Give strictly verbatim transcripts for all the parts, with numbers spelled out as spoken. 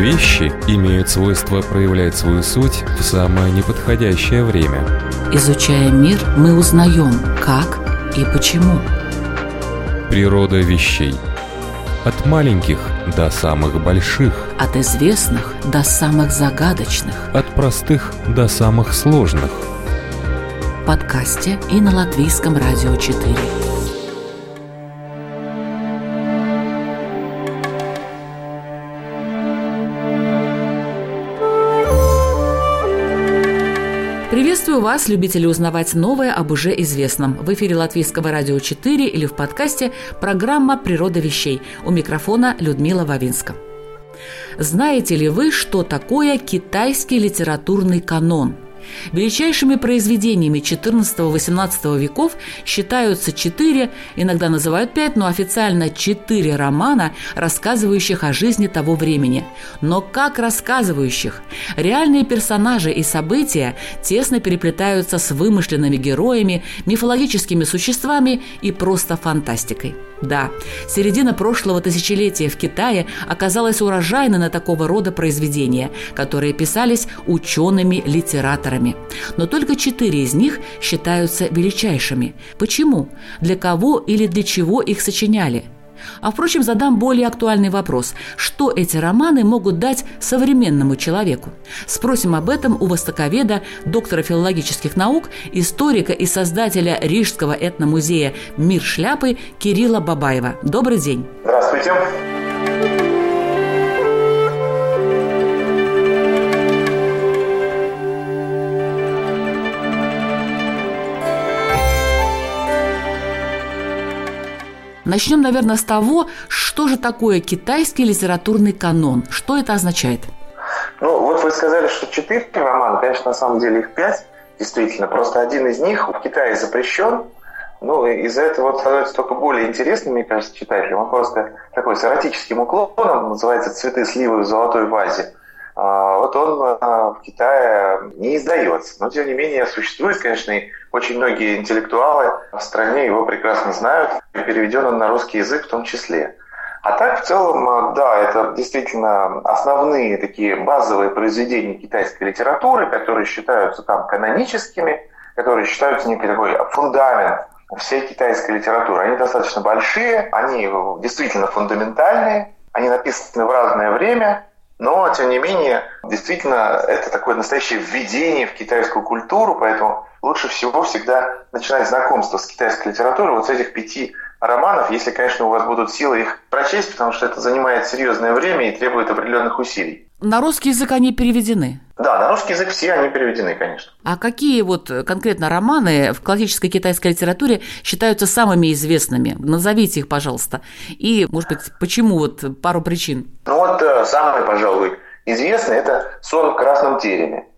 Вещи имеют свойство проявлять свою суть в самое неподходящее время. Изучая мир, мы узнаем, как и почему. Природа вещей. От маленьких до самых больших. От известных до самых загадочных. От простых до самых сложных. В подкасте и на Латвийском радио четыре. Приветствую вас, любители узнавать новое об уже известном. В эфире Латвийского радио четыре или в подкасте программа «Природа вещей». У микрофона Людмила Вавинска. Знаете ли вы, что такое китайский литературный канон? Величайшими произведениями четырнадцатого-восемнадцатого веков считаются четыре, иногда называют пять, но официально четыре романа, рассказывающих о жизни того времени. Но как рассказывающих? Реальные персонажи и события тесно переплетаются с вымышленными героями, мифологическими существами и просто фантастикой. Да, середина прошлого тысячелетия в Китае оказалась урожайной на такого рода произведения, которые писались учеными-литераторами. Но только четыре из них считаются величайшими. Почему? Для кого или для чего их сочиняли? А впрочем, задам более актуальный вопрос. Что эти романы могут дать современному человеку? Спросим об этом у востоковеда, доктора филологических наук, историка и создателя Рижского этномузея «Мир шляпы» Кирилла Бабаева. Добрый день. Здравствуйте. Начнем, наверное, с того, что же такое китайский литературный канон. Что это означает? Ну, вот вы сказали, что четыре романа. Конечно, на самом деле их пять. Действительно, просто один из них в Китае запрещен. Ну, из-за этого вот становится только более интересным, мне кажется, читателям. Он просто такой с эротическим уклоном, называется «Цветы сливы в золотой вазе». Вот он в Китае не издается. Но, тем не менее, существует, конечно, и очень многие интеллектуалы в стране его прекрасно знают. Переведен он на русский язык в том числе. А так, в целом, да, это действительно основные такие базовые произведения китайской литературы, которые считаются там каноническими, которые считаются некий такой фундамент всей китайской литературы. Они достаточно большие, они действительно фундаментальные, они написаны в разное время. Но, тем не менее, действительно, это такое настоящее введение в китайскую культуру, поэтому лучше всего всегда начинать знакомство с китайской литературой вот с этих пяти романов, если, конечно, у вас будут силы их прочесть, потому что это занимает серьезное время и требует определенных усилий. На русский язык они переведены? Да, на русский язык все они переведены, конечно. А какие вот конкретно романы в классической китайской литературе считаются самыми известными? Назовите их, пожалуйста. И, может быть, почему? Вот пару причин. Ну вот самый, пожалуй, известный – это «Сон в красном тереме».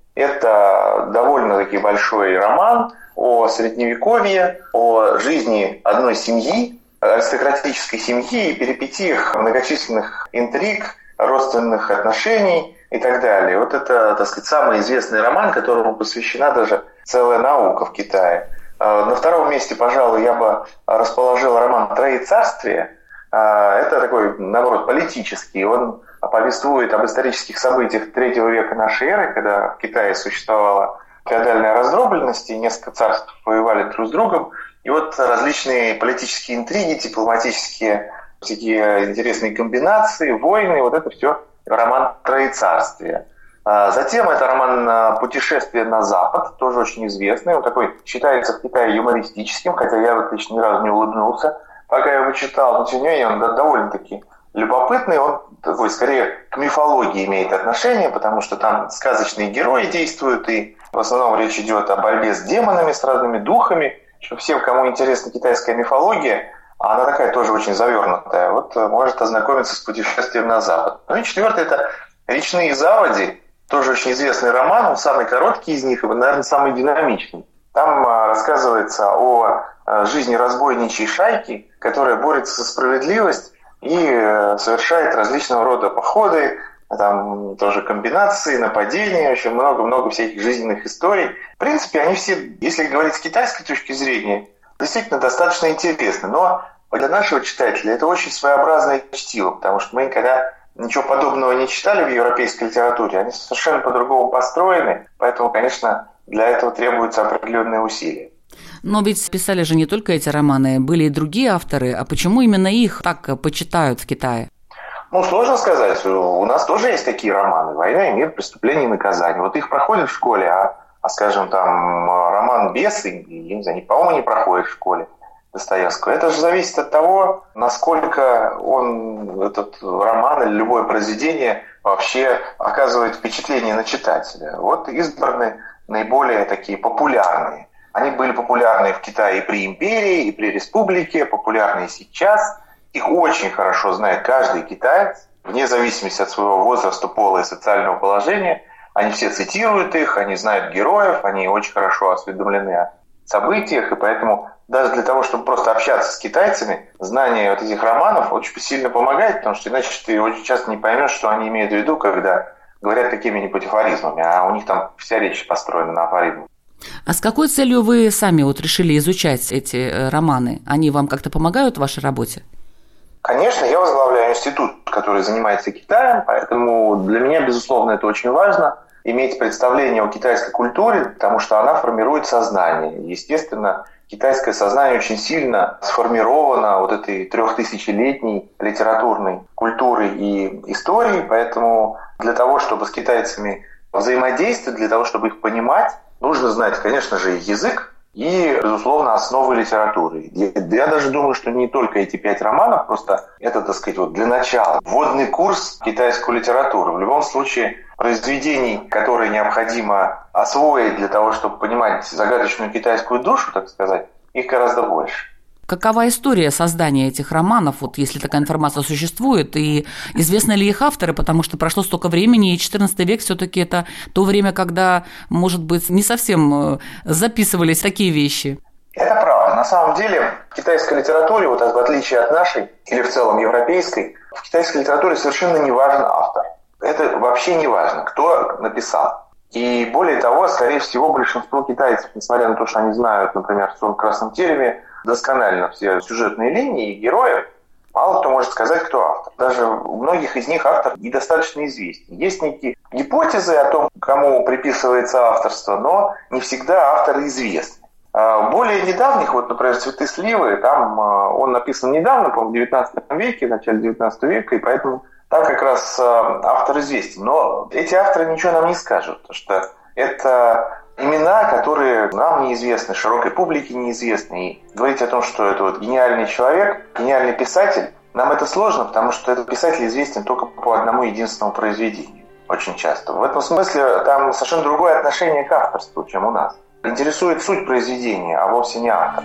Это довольно-таки большой роман о средневековье, о жизни одной семьи, аристократической семьи и перипетиях многочисленных интриг, родственных отношений и так далее. Вот это, так сказать, самый известный роман, которому посвящена даже целая наука в Китае. На втором месте, пожалуй, я бы расположил роман «Троецарствие». Это такой, наоборот, политический. Он повествует об исторических событиях третьего века нашей эры, когда в Китае существовала феодальная раздробленность, и несколько царств воевали друг с другом. И вот различные политические интриги, дипломатические такие интересные комбинации, войны, вот это все роман «Троецарствие». Затем это роман «Путешествие на Запад», тоже очень известный. Он такой считается в Китае юмористическим, хотя я вот лично ни разу не улыбнулся, пока я его читал. Но тем не менее он довольно-таки любопытный. Он такой скорее к мифологии имеет отношение, потому что там сказочные герои действуют, и в основном речь идет о борьбе с демонами, с разными духами. Что всем, кому интересна китайская мифология, она такая тоже очень завернутая, вот может ознакомиться с «Путешествием на Запад». Ну и четвертый – это «Речные заводи», тоже очень известный роман, он самый короткий из них и, наверное, самый динамичный. Там рассказывается о жизни разбойничьей шайки, которая борется за справедливость и совершает различного рода походы, там тоже комбинации, нападения, очень много-много всяких жизненных историй. В принципе, они все, если говорить с китайской точки зрения, действительно достаточно интересны. Но для нашего читателя это очень своеобразное чтиво, потому что мы, когда ничего подобного не читали в европейской литературе, они совершенно по-другому построены, поэтому, конечно, для этого требуются определенные усилия. Но ведь писали же не только эти романы, были и другие авторы. А почему именно их так почитают в Китае? Ну, сложно сказать. У нас тоже есть такие романы. «Война и мир», «Преступление и наказание». Вот их проходят в школе, а, а скажем, там, роман «Бесы», я не знаю, по-моему, не проходит в школе Достоевского. Это же зависит от того, насколько он, этот роман или любое произведение вообще оказывает впечатление на читателя. Вот избраны наиболее такие популярные. Они были популярны в Китае и при империи, и при республике, популярны и сейчас. Их очень хорошо знает каждый китаец, вне зависимости от своего возраста, пола и социального положения. Они все цитируют их, они знают героев, они очень хорошо осведомлены о событиях, и поэтому даже для того, чтобы просто общаться с китайцами, знание вот этих романов очень сильно помогает, потому что иначе ты очень часто не поймешь, что они имеют в виду, когда говорят какими-нибудь афоризмами, а у них там вся речь построена на афоризмах. А с какой целью вы сами вот решили изучать эти романы? Они вам как-то помогают в вашей работе? Конечно, я возглавляю институт, который занимается Китаем, поэтому для меня, безусловно, это очень важно иметь представление о китайской культуре, потому что она формирует сознание. Естественно, китайское сознание очень сильно сформировано вот этой трехтысячелетней литературной культурой и историей, поэтому для того, чтобы с китайцами взаимодействовать, для того, чтобы их понимать, нужно знать, конечно же, язык и, безусловно, основы литературы. Я даже думаю, что не только эти пять романов, просто это, так сказать, вот для начала. Вводный курс китайской литературы. В любом случае, произведений, которые необходимо освоить для того, чтобы понимать загадочную китайскую душу, так сказать, их гораздо больше. Какова история создания этих романов, вот если такая информация существует, и известны ли их авторы, потому что прошло столько времени, и четырнадцатый век все-таки это то время, когда, может быть, не совсем записывались такие вещи. Это правда. На самом деле в китайской литературе, вот в отличие от нашей, или в целом европейской, в китайской литературе совершенно не важен автор. Это вообще не важно, кто написал. И более того, скорее всего, большинство китайцев, несмотря на то, что они знают, например, в «Сон в красном тереме» досконально все сюжетные линии и героев, мало кто может сказать, кто автор. Даже у многих из них автор недостаточно известен. Есть некие гипотезы о том, кому приписывается авторство, но не всегда авторы известны. Более недавних, вот, например, «Цветы сливы», там он написан недавно, по-моему, в девятнадцатом веке, в начале девятнадцатого века, и поэтому там как раз автор известен. Но эти авторы ничего нам не скажут, потому что это имена, которые нам неизвестны, широкой публике неизвестны. И говорить о том, что это вот гениальный человек, гениальный писатель, нам это сложно, потому что этот писатель известен только по одному единственному произведению. Очень часто. В этом смысле там совершенно другое отношение к авторству, чем у нас. Интересует суть произведения, а вовсе не автор.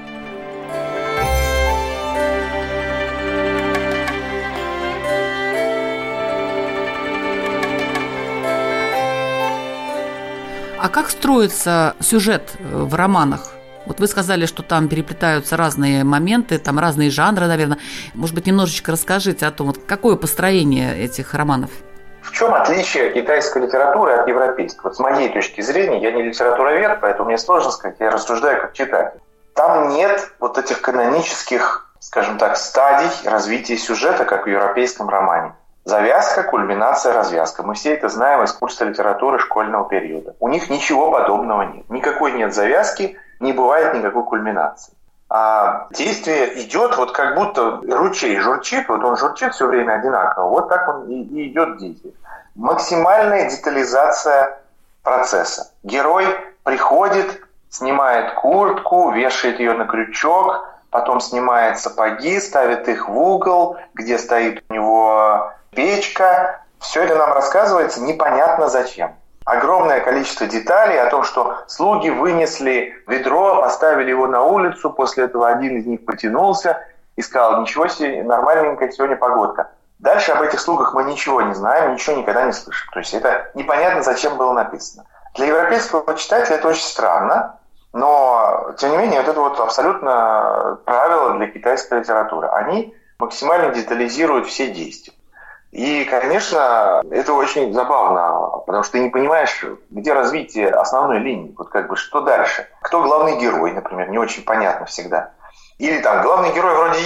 А как строится сюжет в романах? Вот вы сказали, что там переплетаются разные моменты, там разные жанры, наверное. Может быть, немножечко расскажите о том, вот какое построение этих романов? В чем отличие китайской литературы от европейской? Вот с моей точки зрения, я не литературовед, поэтому мне сложно сказать, я рассуждаю как читатель. Там нет вот этих канонических, скажем так, стадий развития сюжета, как в европейском романе. Завязка, кульминация, развязка. Мы все это знаем из курса литературы школьного периода. У них ничего подобного нет. Никакой нет завязки, не бывает никакой кульминации. А действие идет вот как будто ручей журчит, вот он журчит все время одинаково, вот так он и, и идет действие. Максимальная детализация процесса. Герой приходит, снимает куртку, вешает ее на крючок, потом снимает сапоги, ставит их в угол, где стоит у него печка. Все это нам рассказывается непонятно зачем. Огромное количество деталей о том, что слуги вынесли ведро, поставили его на улицу, после этого один из них потянулся и сказал: ничего себе, нормальненькая сегодня погодка. Дальше об этих слугах мы ничего не знаем, ничего никогда не слышим. То есть это непонятно, зачем было написано. Для европейского читателя это очень странно, но, тем не менее, вот это вот абсолютно правило для китайской литературы. Они максимально детализируют все действия. И, конечно, это очень забавно, потому что ты не понимаешь, где развитие основной линии, вот как бы что дальше. Кто главный герой, например, не очень понятно всегда. Или там главный герой вроде есть,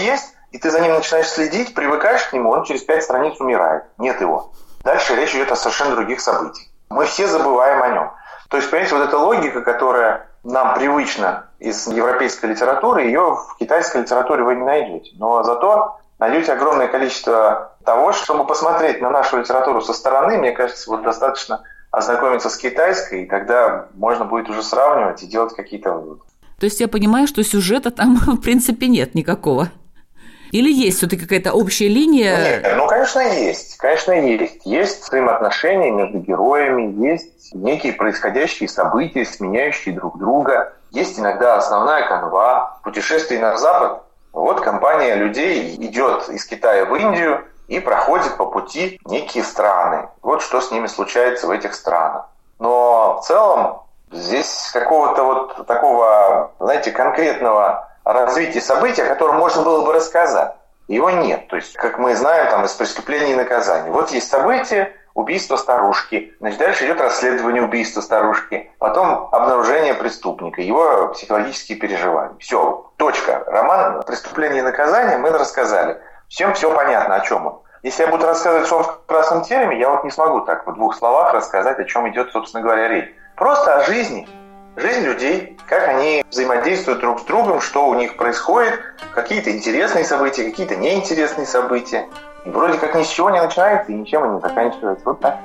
и ты за ним начинаешь следить, привыкаешь к нему, он через пять страниц умирает. Нет его. Дальше речь идет о совершенно других событиях. Мы все забываем о нем. То есть, понимаете, вот эта логика, которая нам привычна из европейской литературы, ее в китайской литературе вы не найдете. Но зато найдете огромное количество того, чтобы посмотреть на нашу литературу со стороны. Мне кажется, вот достаточно ознакомиться с китайской, и тогда можно будет уже сравнивать и делать какие-то выводы. То есть я понимаю, что сюжета там в принципе нет никакого? Или есть все-таки какая-то общая линия? Нет, ну, конечно, есть. Конечно, есть. Есть взаимоотношения между героями, есть некие происходящие события, сменяющие друг друга. Есть иногда основная канва. В путешествии на Запад вот компания людей идет из Китая в Индию и проходит по пути некие страны. Вот что с ними случается в этих странах. Но в целом здесь какого-то вот такого, знаете, конкретного развития событий, о котором можно было бы рассказать. Его нет. То есть, как мы знаем, там из «Преступления и наказания». Вот есть событие, убийство старушки. Значит, дальше идет расследование убийства старушки. Потом обнаружение преступника, его психологические переживания. Все, точка. Роман «Преступление и наказание» мы рассказали. Всем все понятно, о чем он. Если я буду рассказывать «Сон в красном тереме», я вот не смогу так в двух словах рассказать, о чем идет, собственно говоря, речь. Просто о жизни. Жизнь людей, как они взаимодействуют друг с другом, что у них происходит, какие-то интересные события, какие-то неинтересные события. И вроде как ни с чего не начинается и ничем и не заканчивается. Вот так.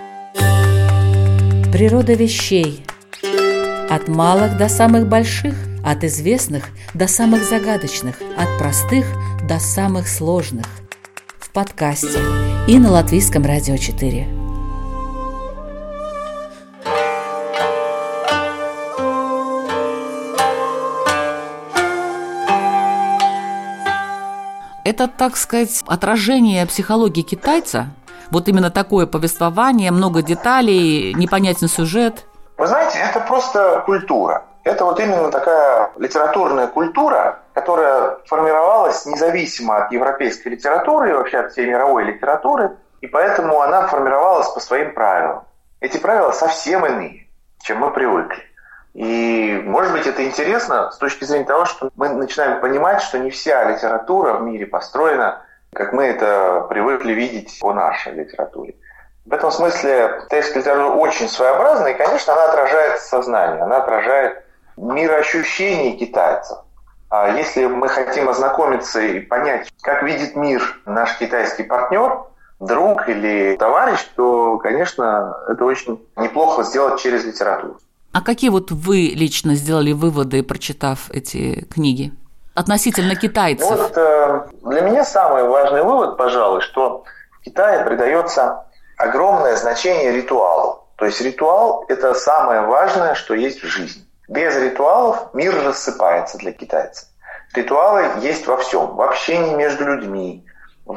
Природа вещей. От малых до самых больших, от известных до самых загадочных, от простых до самых сложных. В подкасте и на Латвийском радио четыре. Это, так сказать, отражение психологии китайца? Вот именно такое повествование, много деталей, непонятен сюжет? Вы знаете, это просто культура. Это вот именно такая литературная культура, которая формировалась независимо от европейской литературы и вообще от всей мировой литературы, и поэтому она формировалась по своим правилам. Эти правила совсем иные, чем мы привыкли. И, может быть, это интересно с точки зрения того, что мы начинаем понимать, что не вся литература в мире построена, как мы это привыкли видеть по нашей литературе. В этом смысле китайская литература очень своеобразна, и, конечно, она отражает сознание, она отражает мироощущение китайцев. А если мы хотим ознакомиться и понять, как видит мир наш китайский партнер, друг или товарищ, то, конечно, это очень неплохо сделать через литературу. А какие вот вы лично сделали выводы, прочитав эти книги относительно китайцев? Ну, вот, э, для меня самый важный вывод, пожалуй, что в Китае придается огромное значение ритуалу. То есть ритуал – это самое важное, что есть в жизни. Без ритуалов мир рассыпается для китайцев. Ритуалы есть во всем. В общении между людьми,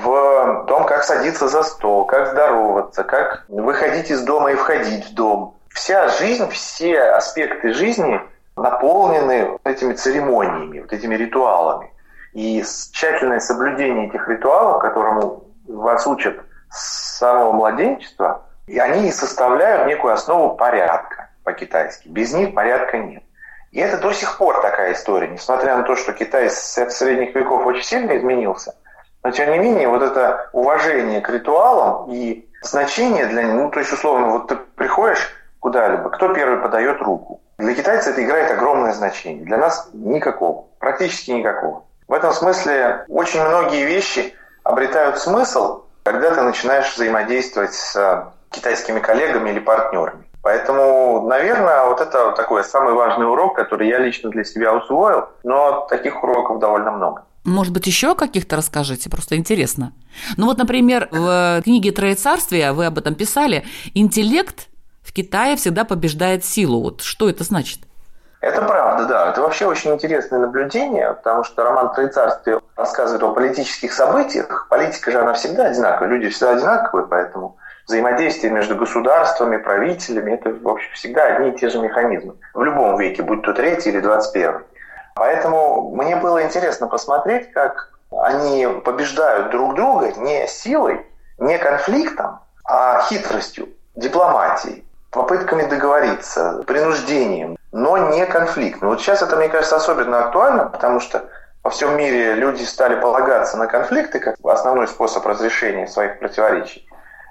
в том, как садиться за стол, как здороваться, как выходить из дома и входить в дом. Вся жизнь, все аспекты жизни наполнены этими церемониями, вот этими ритуалами. И тщательное соблюдение этих ритуалов, которому вас учат с самого младенчества, и они составляют некую основу порядка по-китайски. Без них порядка нет. И это до сих пор такая история, несмотря на то, что Китай с средних веков очень сильно изменился. Но, тем не менее, вот это уважение к ритуалам и значение для них, ну, то есть, условно, вот ты приходишь куда-либо, кто первый подает руку. Для китайца это играет огромное значение. Для нас никакого, практически никакого. В этом смысле очень многие вещи обретают смысл, когда ты начинаешь взаимодействовать с китайскими коллегами или партнерами. Поэтому, наверное, вот это такой самый важный урок, который я лично для себя усвоил, но таких уроков довольно много. Может быть, еще о каких-то расскажите? Просто интересно. Ну вот, например, в книге «Троецарствие», вы об этом писали, интеллект в Китае всегда побеждает силу. Вот что это значит? Это правда, да. Это вообще очень интересное наблюдение, потому что роман «Троецарствие» рассказывает о политических событиях. Политика же, она всегда одинаковая. Люди всегда одинаковые, поэтому взаимодействие между государствами, правителями – это, в общем, всегда одни и те же механизмы. В любом веке, будь то третий или двадцать первый. Поэтому мне было интересно посмотреть, как они побеждают друг друга не силой, не конфликтом, а хитростью, дипломатией, попытками договориться, принуждением, но не конфликтом. Вот сейчас это, мне кажется, особенно актуально, потому что во всем мире люди стали полагаться на конфликты как основной способ разрешения своих противоречий.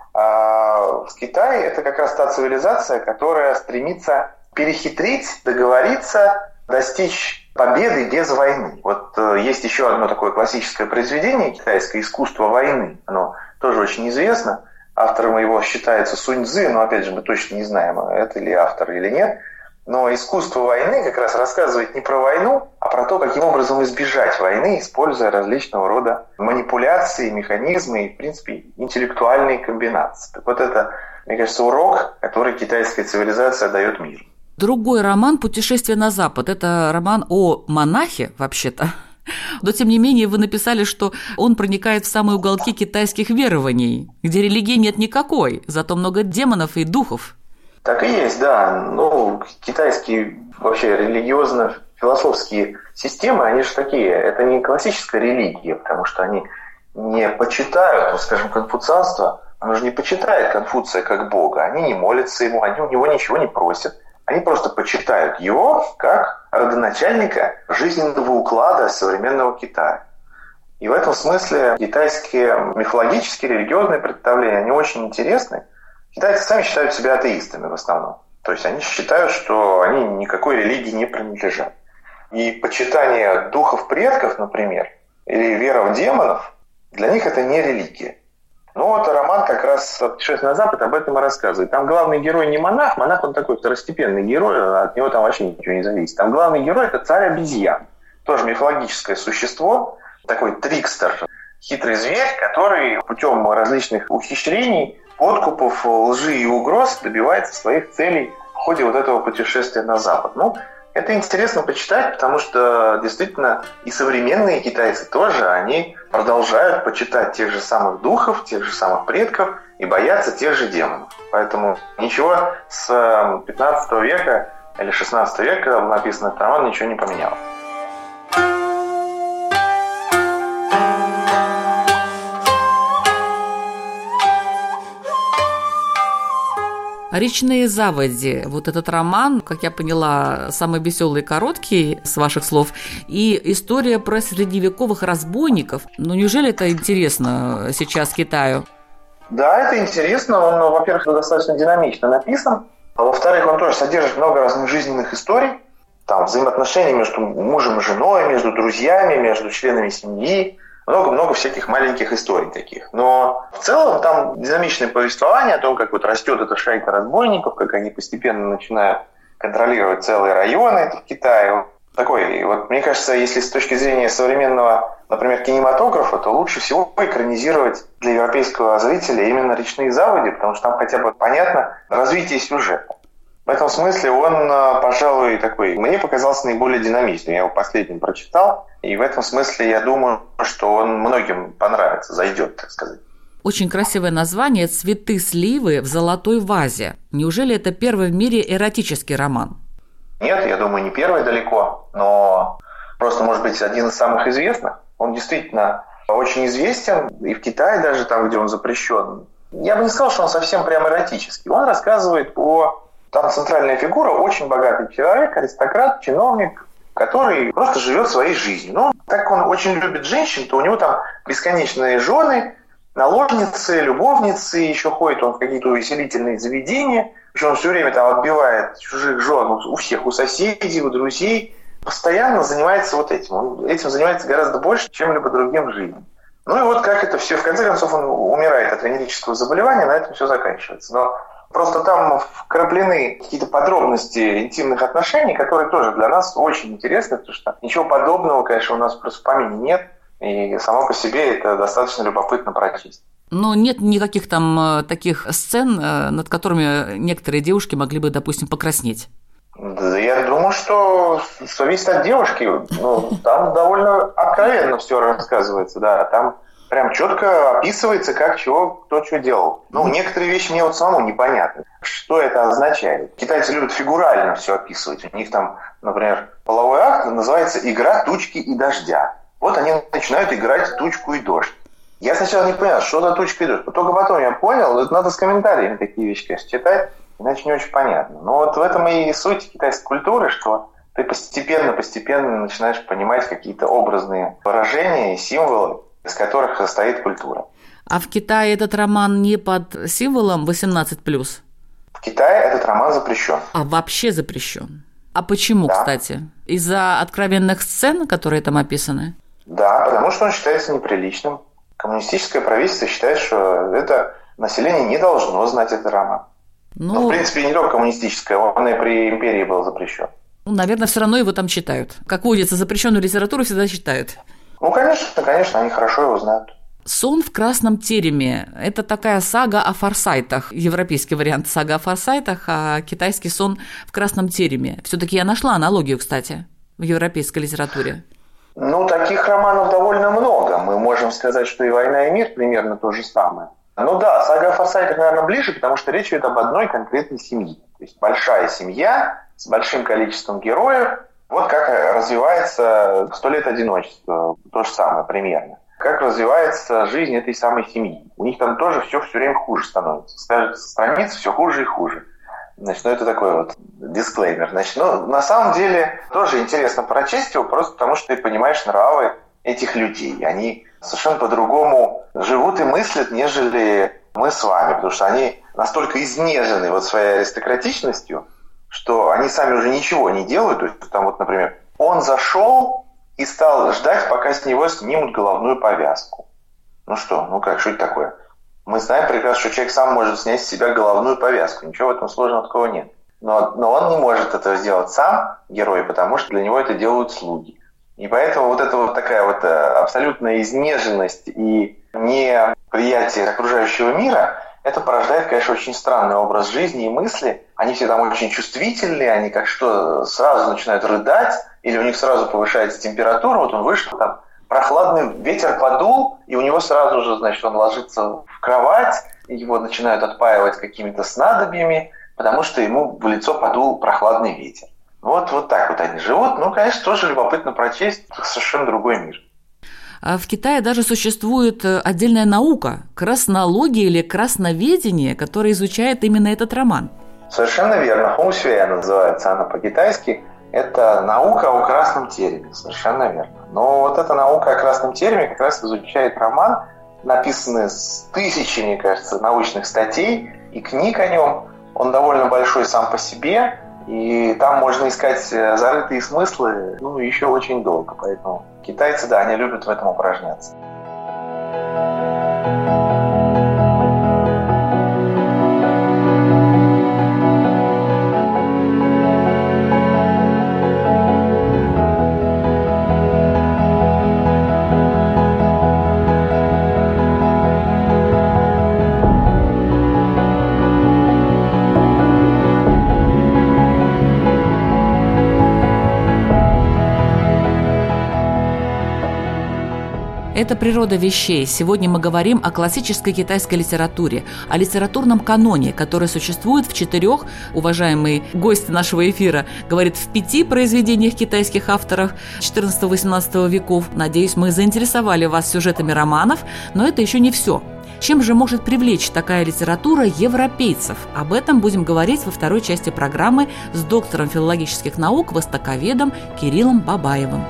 А в Китае это как раз та цивилизация, которая стремится перехитрить, договориться, достичь победы без войны. Вот э, есть еще одно такое классическое произведение китайское «Искусство войны». Оно тоже очень известно. Автором его считается Сунь Цзы, но опять же мы точно не знаем, это ли автор или нет. Но «Искусство войны» как раз рассказывает не про войну, а про то, каким образом избежать войны, используя различного рода манипуляции, механизмы и, в принципе, интеллектуальные комбинации. Так вот это, мне кажется, урок, который китайская цивилизация дает миру. Другой роман «Путешествие на Запад» – это роман о монахе, вообще-то. Но, тем не менее, вы написали, что он проникает в самые уголки китайских верований, где религии нет никакой, зато много демонов и духов. Так и есть, да. Ну, китайские вообще религиозно-философские системы, они же такие. Это не классическая религия, потому что они не почитают, ну, скажем, конфуцианство. Оно же не почитает Конфуция как бога. Они не молятся ему, они у него ничего не просят. Они просто почитают его как родоначальника жизненного уклада современного Китая. И в этом смысле китайские мифологические, религиозные представления, они очень интересны. Китайцы сами считают себя атеистами в основном. То есть они считают, что они никакой религии не принадлежат. И почитание духов предков, например, или вера в демонов, для них это не религия. Ну вот роман как раз «Путешествие на Запад» об этом и рассказывает. Там главный герой не монах, монах он такой второстепенный герой, от него там вообще ничего не зависит. Там главный герой – это царь обезьян, тоже мифологическое существо, такой трикстер, хитрый зверь, который путем различных ухищрений, подкупов, лжи и угроз добивается своих целей в ходе вот этого путешествия на Запад. Ну, это интересно почитать, потому что действительно и современные китайцы тоже, они продолжают почитать тех же самых духов, тех же самых предков и боятся тех же демонов. Поэтому ничего с пятнадцатого века или шестнадцатого века, когда был написан этот роман, ничего не поменялось. «Речные заводи». Вот этот роман, как я поняла, самый веселый и короткий, с ваших слов, и история про средневековых разбойников. Ну, неужели это интересно сейчас Китаю? Да, это интересно. Он, во-первых, достаточно динамично написан. А во-вторых, он тоже содержит много разных жизненных историй. Там взаимоотношения между мужем и женой, между друзьями, между членами семьи. Много-много всяких маленьких историй таких. Но в целом там динамичное повествование о том, как вот растет эта шайка разбойников, как они постепенно начинают контролировать целые районы в Китае. Такой, вот, мне кажется, если с точки зрения современного, например, кинематографа, то лучше всего экранизировать для европейского зрителя именно «Речные заводи», потому что там хотя бы понятно развитие сюжета. В этом смысле он, пожалуй, такой, мне показался наиболее динамичным. Я его последним прочитал, и в этом смысле я думаю, что он многим понравится, зайдет, так сказать. Очень красивое название «Цветы сливы в золотой вазе». Неужели это первый в мире эротический роман? Нет, я думаю, не первый далеко, но просто, может быть, один из самых известных. Он действительно очень известен, и в Китае даже, там, где он запрещен. Я бы не сказал, что он совсем прям эротический. Он рассказывает о... Там центральная фигура, очень богатый человек, аристократ, чиновник, который просто живет своей жизнью. Но так как он очень любит женщин, то у него там бесконечные жены, наложницы, любовницы, еще ходит он в какие-то увеселительные заведения. Причем он все время там отбивает чужих жен у всех, у соседей, у друзей. Постоянно занимается вот этим. Он этим занимается гораздо больше, чем либо другим в жизни. Ну и вот как это все. В конце концов он умирает от венерического заболевания, на этом все заканчивается. Но просто там вкраплены какие-то подробности интимных отношений, которые тоже для нас очень интересны, потому что ничего подобного, конечно, у нас просто в помине нет, и само по себе это достаточно любопытно прочесть. Но нет никаких там таких сцен, над которыми некоторые девушки могли бы, допустим, покраснеть? Да, я думаю, что зависит от девушки. Ну, там довольно откровенно все рассказывается, да, там прям четко описывается, как чего, кто что делал. Ну, некоторые вещи мне вот самому непонятны. Что это означает? Китайцы любят фигурально все описывать. У них там, например, половой акт называется «Игра тучки и дождя». Вот они начинают играть тучку и дождь. Я сначала не понял, что за тучка и дождь. Только потом я понял, это надо с комментариями такие вещи, конечно, читать, иначе не очень понятно. Но вот в этом и суть китайской культуры, что ты постепенно-постепенно начинаешь понимать какие-то образные выражения и символы, из которых состоит культура. А в Китае этот роман не под символом восемнадцать плюс? В Китае этот роман запрещен. А вообще запрещен? А почему, да. кстати? Из-за откровенных сцен, которые там описаны? Да, потому что он считается неприличным. Коммунистическое правительство считает, что это население не должно знать этот роман. Ну, Но, в принципе, не только коммунистическое, он и при империи был запрещен. Ну, наверное, все равно его там читают. Как водится, запрещенную литературу всегда читают. Ну, конечно, конечно, они хорошо его знают. «Сон в красном тереме» – это такая сага о форсайтах, европейский вариант сага о форсайтах, а китайский «Сон в красном тереме». Все-таки я нашла аналогию, кстати, в европейской литературе. Ну, таких романов довольно много. Мы можем сказать, что и «Война и мир» примерно то же самое. Ну да, сага о форсайтах, наверное, ближе, потому что речь идет об одной конкретной семье. То есть большая семья с большим количеством героев. Вот как развивается «Сто лет одиночества», то же самое примерно. Как развивается жизнь этой самой семьи. У них там тоже все все время хуже становится. С каждой страницы все хуже и хуже. Значит, ну это такой вот дисклеймер. Значит, ну, на самом деле тоже интересно прочесть его, просто потому что ты понимаешь нравы этих людей. Они совершенно по-другому живут и мыслят, нежели мы с вами. Потому что они настолько изнежены вот своей аристократичностью, что они сами уже ничего не делают. То есть там вот, например, он зашел и стал ждать, пока с него снимут головную повязку. Ну что, ну как, что это такое? Мы знаем прекрасно, что человек сам может снять с себя головную повязку. Ничего в этом сложного такого нет. Но, но он не может этого сделать сам, герой, потому что для него это делают слуги. И поэтому вот эта вот такая вот абсолютная изнеженность и неприятие окружающего мира, это порождает, конечно, очень странный образ жизни и мысли. Они все там очень чувствительные, они как что сразу начинают рыдать, или у них сразу повышается температура. Вот он вышел, там прохладный ветер подул, и у него сразу же, значит, он ложится в кровать, его начинают отпаивать какими-то снадобьями, потому что ему в лицо подул прохладный ветер. Вот, вот так вот они живут. Ну, конечно, тоже любопытно прочесть, совершенно другой мир. В Китае даже существует отдельная наука – краснология или красноведение, которая изучает именно этот роман. Совершенно верно. Фэншуй называется она по-китайски. Это наука о красном тереме. Совершенно верно. Но вот эта наука о красном тереме как раз изучает роман, написанный с тысячами, кажется, научных статей и книг о нем. Он довольно большой сам по себе. И там можно искать зарытые смыслы, ну, еще очень долго. Поэтому китайцы, да, они любят в этом упражняться. Это «Природа вещей». Сегодня мы говорим о классической китайской литературе, о литературном каноне, который существует в четырех, уважаемый гость нашего эфира говорит, в пяти произведениях китайских авторов четырнадцатого-восемнадцатого веков. Надеюсь, мы заинтересовали вас сюжетами романов, но это еще не все. Чем же может привлечь такая литература европейцев? Об этом будем говорить во второй части программы с доктором филологических наук, востоковедом Кириллом Бабаевым.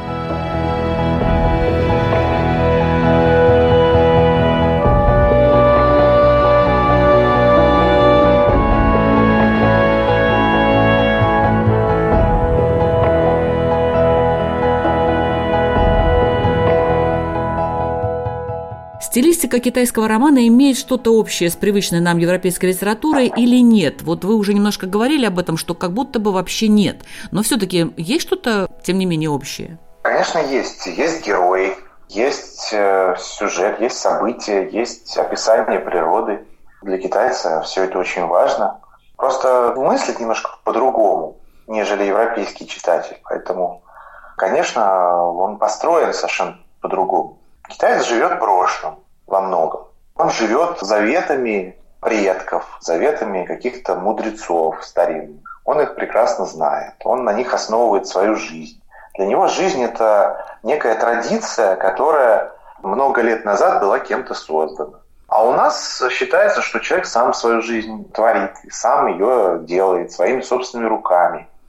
Стилистика китайского романа имеет что-то общее с привычной нам европейской литературой или нет? Вот вы уже немножко говорили об этом, что как будто бы вообще нет. Но все-таки есть что-то, тем не менее, общее? Конечно, есть. Есть герои, есть э, сюжет, есть события, есть описание природы. Для китайца все это очень важно. Просто мыслит немножко по-другому, нежели европейский читатель. Поэтому, конечно, он построен совершенно по-другому. Китаец живет в прошлом во многом. Он живет заветами предков, заветами каких-то мудрецов старинных. Он их прекрасно знает. Он на них основывает свою жизнь. Для него жизнь – это некая традиция, которая много лет назад была кем-то создана. А у нас считается, что человек сам свою жизнь творит, и сам ее делает своими собственными руками.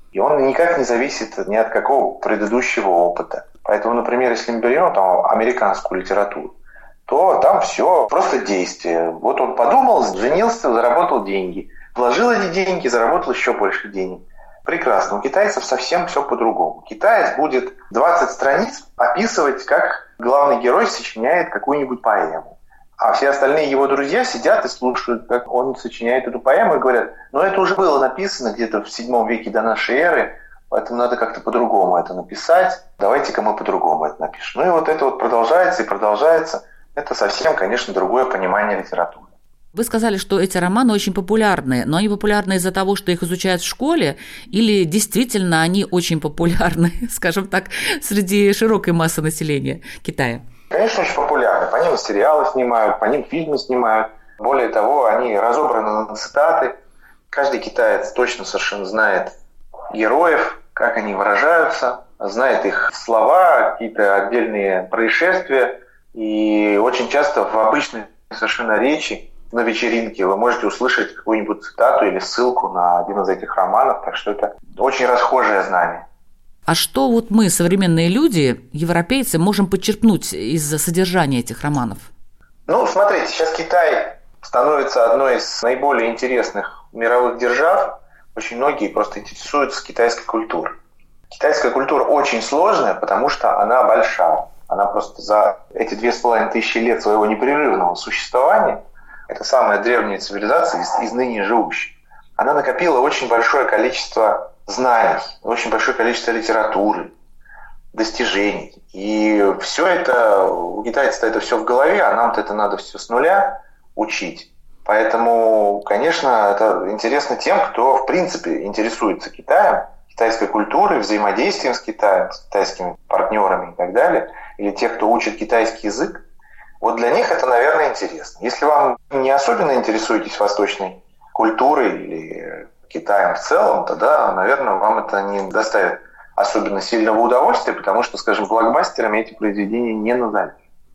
И он никак не зависит ни от какого предыдущего опыта. Поэтому, например, если мы берем там, американскую литературу, то там все просто действие. Вот он подумал, женился, заработал деньги. Вложил эти деньги, заработал еще больше денег. Прекрасно. У китайцев совсем все по-другому. Китаец будет двадцать страниц описывать, как главный герой сочиняет какую-нибудь поэму. А все остальные его друзья сидят и слушают, как он сочиняет эту поэму, и говорят, ну это уже было написано где-то в седьмом веке до нашей эры, поэтому надо как-то по-другому это написать, давайте-ка мы по-другому это напишем. Ну и вот это вот продолжается и продолжается. Это совсем, конечно, другое понимание литературы. Вы сказали, что эти романы очень популярны, но они популярны из-за того, что их изучают в школе, или действительно они очень популярны, скажем так, среди широкой массы населения Китая? Конечно, очень популярны. По ним сериалы снимают, по ним фильмы снимают. Более того, они разобраны на цитаты. Каждый китаец точно совершенно знает героев, как они выражаются, знает их слова, какие-то отдельные происшествия. И очень часто в обычной совершенно речи на вечеринке вы можете услышать какую-нибудь цитату или ссылку на один из этих романов. Так что это очень расхожее знание. А что вот мы, современные люди, европейцы, можем подчеркнуть из-за содержания этих романов? Ну, смотрите, сейчас Китай становится одной из наиболее интересных мировых держав. Очень многие просто интересуются китайской культурой. Китайская культура очень сложная, потому что она большая. Она просто за эти две с половиной тысячи лет своего непрерывного существования, это самая древняя цивилизация из, из ныне живущих, она накопила очень большое количество знаний, очень большое количество литературы, достижений. И все это, у китайцев это все в голове, а нам-то это надо все с нуля учить. Поэтому, конечно, это интересно тем, кто в принципе интересуется Китаем, китайской культурой, взаимодействием с Китаем, с китайскими партнерами и так далее, или тех, кто учит китайский язык. Вот для них это, наверное, интересно. Если вам не особенно интересуетесь восточной культурой или Китаем в целом, тогда, наверное, вам это не доставит особенно сильного удовольствия, потому что, скажем, блокбастерами эти произведения не назовешь.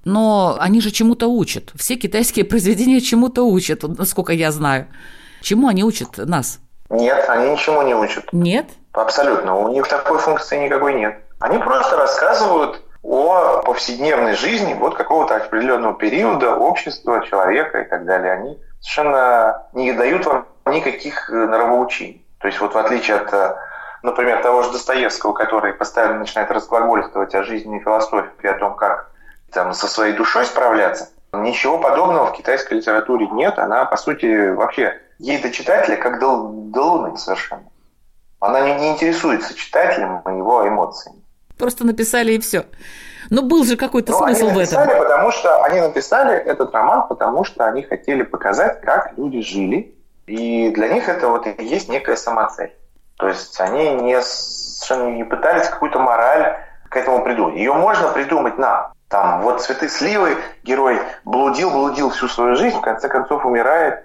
Но они же чему-то учат. Все китайские произведения чему-то учат, насколько я знаю. Чему они учат нас? Нет, они ничему не учат. Нет? Абсолютно. У них такой функции никакой нет. Они просто рассказывают о повседневной жизни вот какого-то определенного периода, общества, человека и так далее. Они совершенно не дают вам никаких нравоучений. То есть вот в отличие от, например, того же Достоевского, который постоянно начинает разглагольствовать о жизни и философии, о том, как там со своей душой справляться, ничего подобного в китайской литературе нет. Она, по сути, вообще ей до читателя как до, до луны совершенно. Она не, не интересуется читателем и его эмоциями. Просто написали и все. Но был же какой-то ну, смысл в этом. Написали, потому что они написали этот роман, потому что они хотели показать, как люди жили. И для них это вот и есть некая самоцель. То есть они не, совершенно не пытались какую-то мораль к этому придумать. Ее можно придумать нам. Там вот «Цветы сливы» герой блудил-блудил всю свою жизнь, в конце концов умирает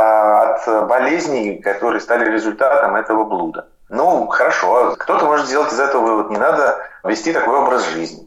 а, от болезней, которые стали результатом этого блуда. Ну, хорошо, кто-то может сделать из этого вывод, не надо вести такой образ жизни.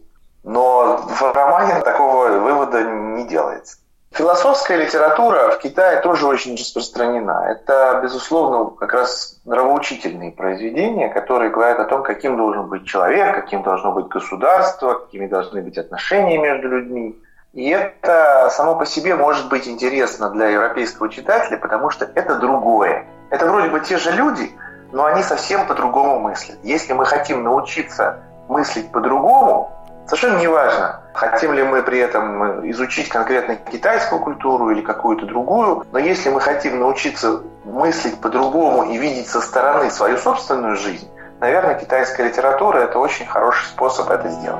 Но в романе такого вывода не делается. Философская литература в Китае тоже очень распространена. Это, безусловно, как раз нравоучительные произведения, которые говорят о том, каким должен быть человек, каким должно быть государство, какими должны быть отношения между людьми. И это само по себе может быть интересно для европейского читателя, потому что это другое. Это вроде бы те же люди, но они совсем по-другому мыслят. Если мы хотим научиться мыслить по-другому, совершенно неважно, хотим ли мы при этом изучить конкретно китайскую культуру или какую-то другую, но если мы хотим научиться мыслить по-другому и видеть со стороны свою собственную жизнь, наверное, китайская литература – это очень хороший способ это сделать.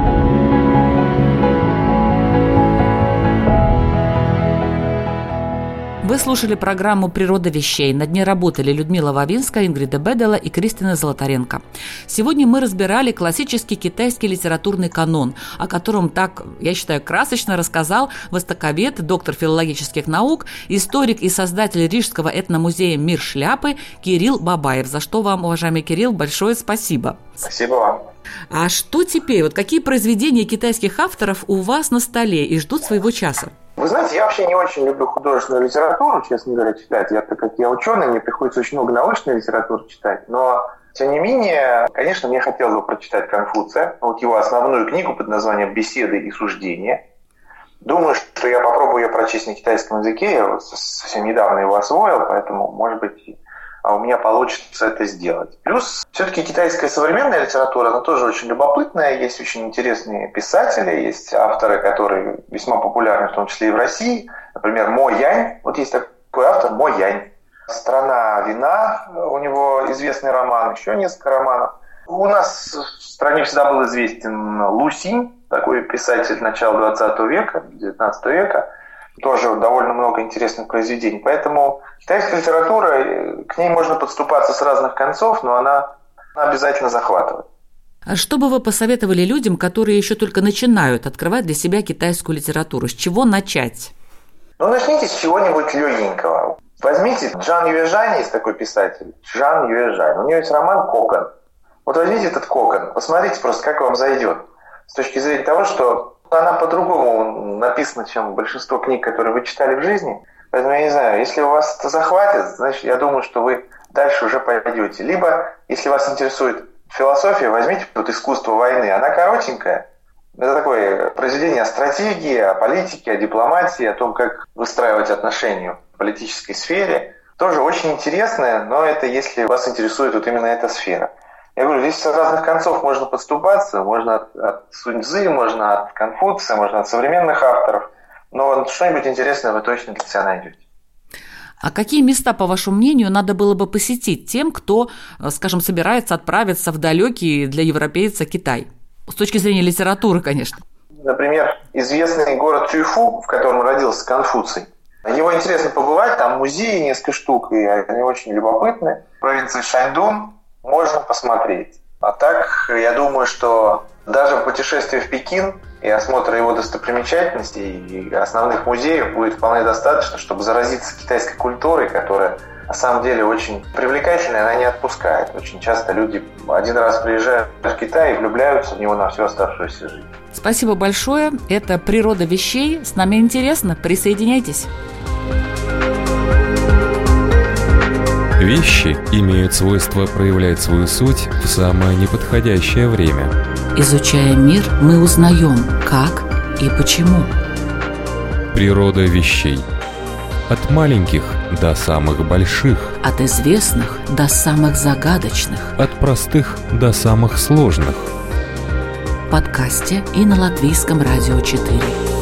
Вы слушали программу «Природа вещей». Над ней работали Людмила Вавинская, Ингрида Бедела и Кристина Золотаренко. Сегодня мы разбирали классический китайский литературный канон, о котором так, я считаю, красочно рассказал востоковед, доктор филологических наук, историк и создатель Рижского этномузея «Мир шляпы» Кирилл Бабаев, за что вам, уважаемый Кирилл, большое спасибо. Спасибо вам. А что теперь? Вот какие произведения китайских авторов у вас на столе и ждут своего часа? Вы знаете, я вообще не очень люблю художественную литературу, честно говоря, читать. Я, так как я ученый, мне приходится очень много научной литературы читать. Но, тем не менее, конечно, мне хотелось бы прочитать Конфуция, вот его основную книгу под названием «Беседы и суждения». Думаю, что я попробую ее прочесть на китайском языке. Я вот совсем недавно его освоил, поэтому, может быть, у меня получится это сделать. Плюс, все-таки китайская современная литература, она тоже очень любопытная. Есть очень интересные писатели, есть авторы, которые весьма популярны, в том числе и в России. Например, Мо Янь. Вот есть такой автор Мо Янь. «Страна вина», у него известный роман, еще несколько романов. У нас в стране всегда был известен Лу Синь, такой писатель начала двадцатого века, девятнадцатого века. Тоже довольно много интересных произведений. Поэтому китайская литература, к ней можно подступаться с разных концов, но она, она обязательно захватывает. А что бы вы посоветовали людям, которые еще только начинают открывать для себя китайскую литературу? С чего начать? Ну, начните с чего-нибудь легенького. Возьмите Джан Юэжань, есть такой писатель. Джан Юэжань. У него есть роман «Кокон». Вот возьмите этот «Кокон», посмотрите просто, как вам зайдет. С точки зрения того, что она по-другому написана, чем большинство книг, которые вы читали в жизни. Поэтому я не знаю, если у вас это захватит, значит, я думаю, что вы дальше уже пойдете. Либо, если вас интересует философия, возьмите вот «Искусство войны». Она коротенькая. Это такое произведение о стратегии, о политике, о дипломатии, о том, как выстраивать отношения в политической сфере. Тоже очень интересное, но это если вас интересует вот именно эта сфера. Я говорю, здесь с разных концов можно подступаться, можно от, от Сунь Цзы, можно от Конфуция, можно от современных авторов, но что-нибудь интересное вы точно для себя найдете. А какие места, по вашему мнению, надо было бы посетить тем, кто, скажем, собирается отправиться в далекий для европейца Китай? С точки зрения литературы, конечно. Например, известный город Цюйфу, в котором родился Конфуций. Его интересно побывать, там музеи несколько штук, и они очень любопытны. В провинции Шаньдун можно посмотреть. А так, я думаю, что даже путешествие в Пекин и осмотр его достопримечательностей и основных музеев будет вполне достаточно, чтобы заразиться китайской культурой, которая на самом деле очень привлекательная, она не отпускает. Очень часто люди один раз приезжают в Китай и влюбляются в него на всю оставшуюся жизнь. Спасибо большое. Это «Природа вещей». С нами интересно. Присоединяйтесь. Вещи имеют свойство проявлять свою суть в самое неподходящее время. Изучая мир, мы узнаем, как и почему. Природа вещей. От маленьких до самых больших. От известных до самых загадочных. От простых до самых сложных. В подкасте и на Латвийском радио четыре.